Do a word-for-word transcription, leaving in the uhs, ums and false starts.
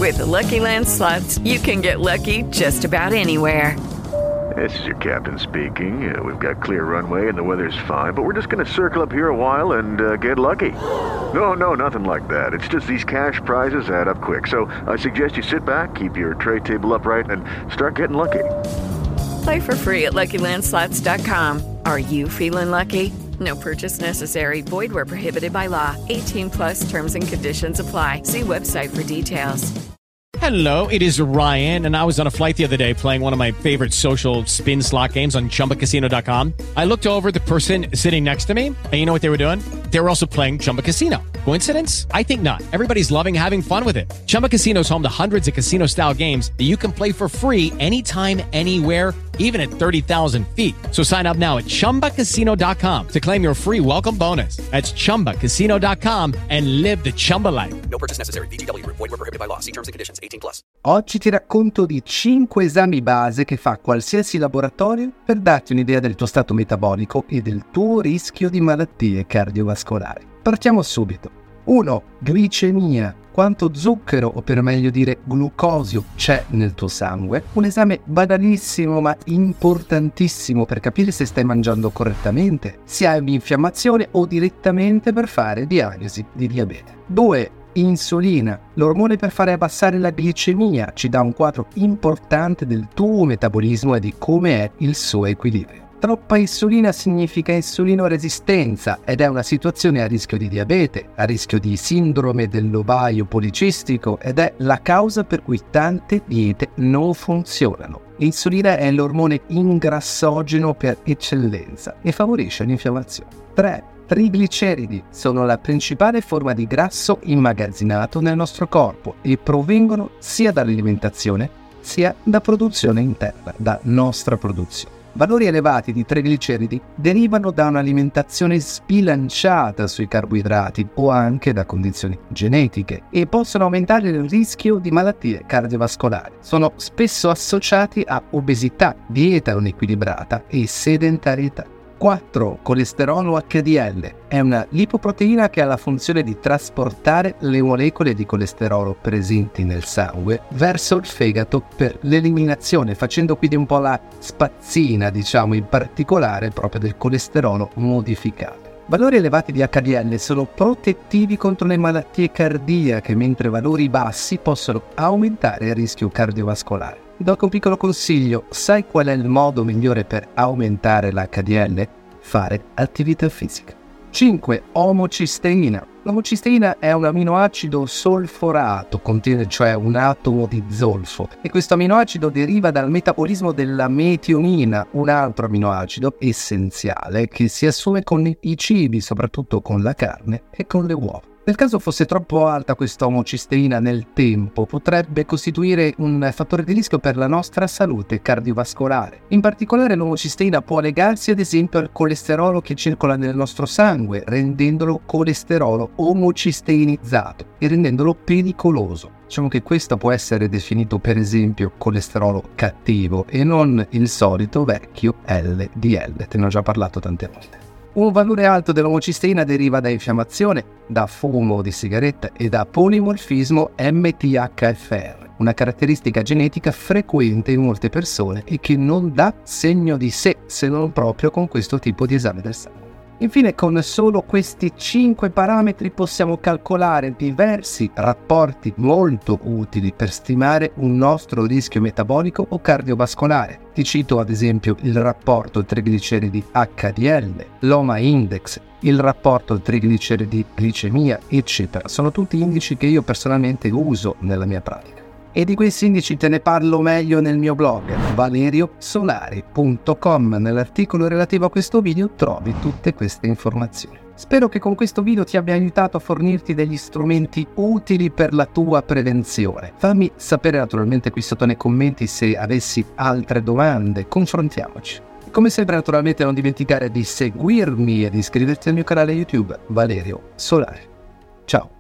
With the Lucky Land Slots, you can get lucky just about anywhere. This is your captain speaking. Uh, we've got clear runway and the weather's fine, but we're just going to circle up here a while and uh, get lucky. No, no, nothing like that. It's just these cash prizes add up quick. So I suggest you sit back, keep your tray table upright, and start getting lucky. Play for free at Lucky Land Slots dot com. Are you feeling lucky? No purchase necessary. Void where prohibited by law. eighteen plus terms and conditions apply. See website for details. Hello, it is Ryan, and I was on a flight the other day playing one of my favorite social spin slot games on Chumba Casino dot com. I looked over at the person sitting next to me, and you know what they were doing? They were also playing Chumba Casino. Coincidence? I think not. Everybody's loving having fun with it. Chumba Casino is home to hundreds of casino-style games that you can play for free anytime, anywhere, even at thirty thousand feet. So sign up now at Chumba Casino dot com to claim your free welcome bonus. That's Chumba Casino dot com and live the Chumba life. No purchase necessary. V G W. Void where prohibited by law. See terms and conditions. eighteen plus. Oggi ti racconto di cinque esami base che fa qualsiasi laboratorio per darti un'idea del tuo stato metabolico e del tuo rischio di malattie cardiovascolari. Partiamo subito. uno. Glicemia. Quanto zucchero, o per meglio dire glucosio, c'è nel tuo sangue. Un esame banalissimo ma importantissimo per capire se stai mangiando correttamente, se hai un'infiammazione o direttamente per fare diagnosi di diabete. due. Insulina, l'ormone per fare abbassare la glicemia, ci dà un quadro importante del tuo metabolismo e di come è il suo equilibrio. Troppa insulina significa insulinoresistenza ed è una situazione a rischio di diabete, a rischio di sindrome dell'ovaio policistico ed è la causa per cui tante diete non funzionano. L'insulina è l'ormone ingrassogeno per eccellenza e favorisce l'infiammazione. tre. Trigliceridi sono la principale forma di grasso immagazzinato nel nostro corpo e provengono sia dall'alimentazione sia da produzione interna, da nostra produzione. Valori elevati di trigliceridi derivano da un'alimentazione sbilanciata sui carboidrati o anche da condizioni genetiche e possono aumentare il rischio di malattie cardiovascolari. Sono spesso associati a obesità, dieta non equilibrata e sedentarietà. quattro. Colesterolo acca di elle è una lipoproteina che ha la funzione di trasportare le molecole di colesterolo presenti nel sangue verso il fegato per l'eliminazione, facendo quindi un po' la spazzina, diciamo, in particolare proprio del colesterolo modificato. Valori elevati di acca di elle sono protettivi contro le malattie cardiache, mentre valori bassi possono aumentare il rischio cardiovascolare. Ti do un piccolo consiglio: sai qual è il modo migliore per aumentare l'acca di elle? Fare attività fisica. cinque. Omocisteina. L'omocisteina è un aminoacido solforato, contiene cioè un atomo di zolfo, e questo aminoacido deriva dal metabolismo della metionina, un altro aminoacido essenziale che si assume con i cibi, soprattutto con la carne e con le uova. Nel caso fosse troppo alta questa omocisteina nel tempo, potrebbe costituire un fattore di rischio per la nostra salute cardiovascolare. In particolare l'omocisteina può legarsi ad esempio al colesterolo che circola nel nostro sangue, rendendolo colesterolo omocisteinizzato e rendendolo pericoloso. Diciamo che questo può essere definito per esempio colesterolo cattivo e non il solito vecchio L D L, te ne ho già parlato tante volte. Un valore alto dell'omocisteina deriva da infiammazione, da fumo di sigaretta e da polimorfismo M T H F R, una caratteristica genetica frequente in molte persone e che non dà segno di sé se non proprio con questo tipo di esame del sangue. Infine, con solo questi cinque parametri possiamo calcolare diversi rapporti molto utili per stimare un nostro rischio metabolico o cardiovascolare. Ti cito ad esempio il rapporto trigliceridi acca di elle, l'O M A Index, il rapporto trigliceridi-glicemia, eccetera. Sono tutti indici che io personalmente uso nella mia pratica. E di questi indici te ne parlo meglio nel mio blog valerio solari punto com. Nell'articolo relativo a questo video trovi tutte queste informazioni. Spero che con questo video ti abbia aiutato a fornirti degli strumenti utili per la tua prevenzione. Fammi sapere naturalmente qui sotto nei commenti se avessi altre domande, confrontiamoci. Come sempre naturalmente non dimenticare di seguirmi e di iscriverti al mio canale YouTube Valerio Solari. Ciao!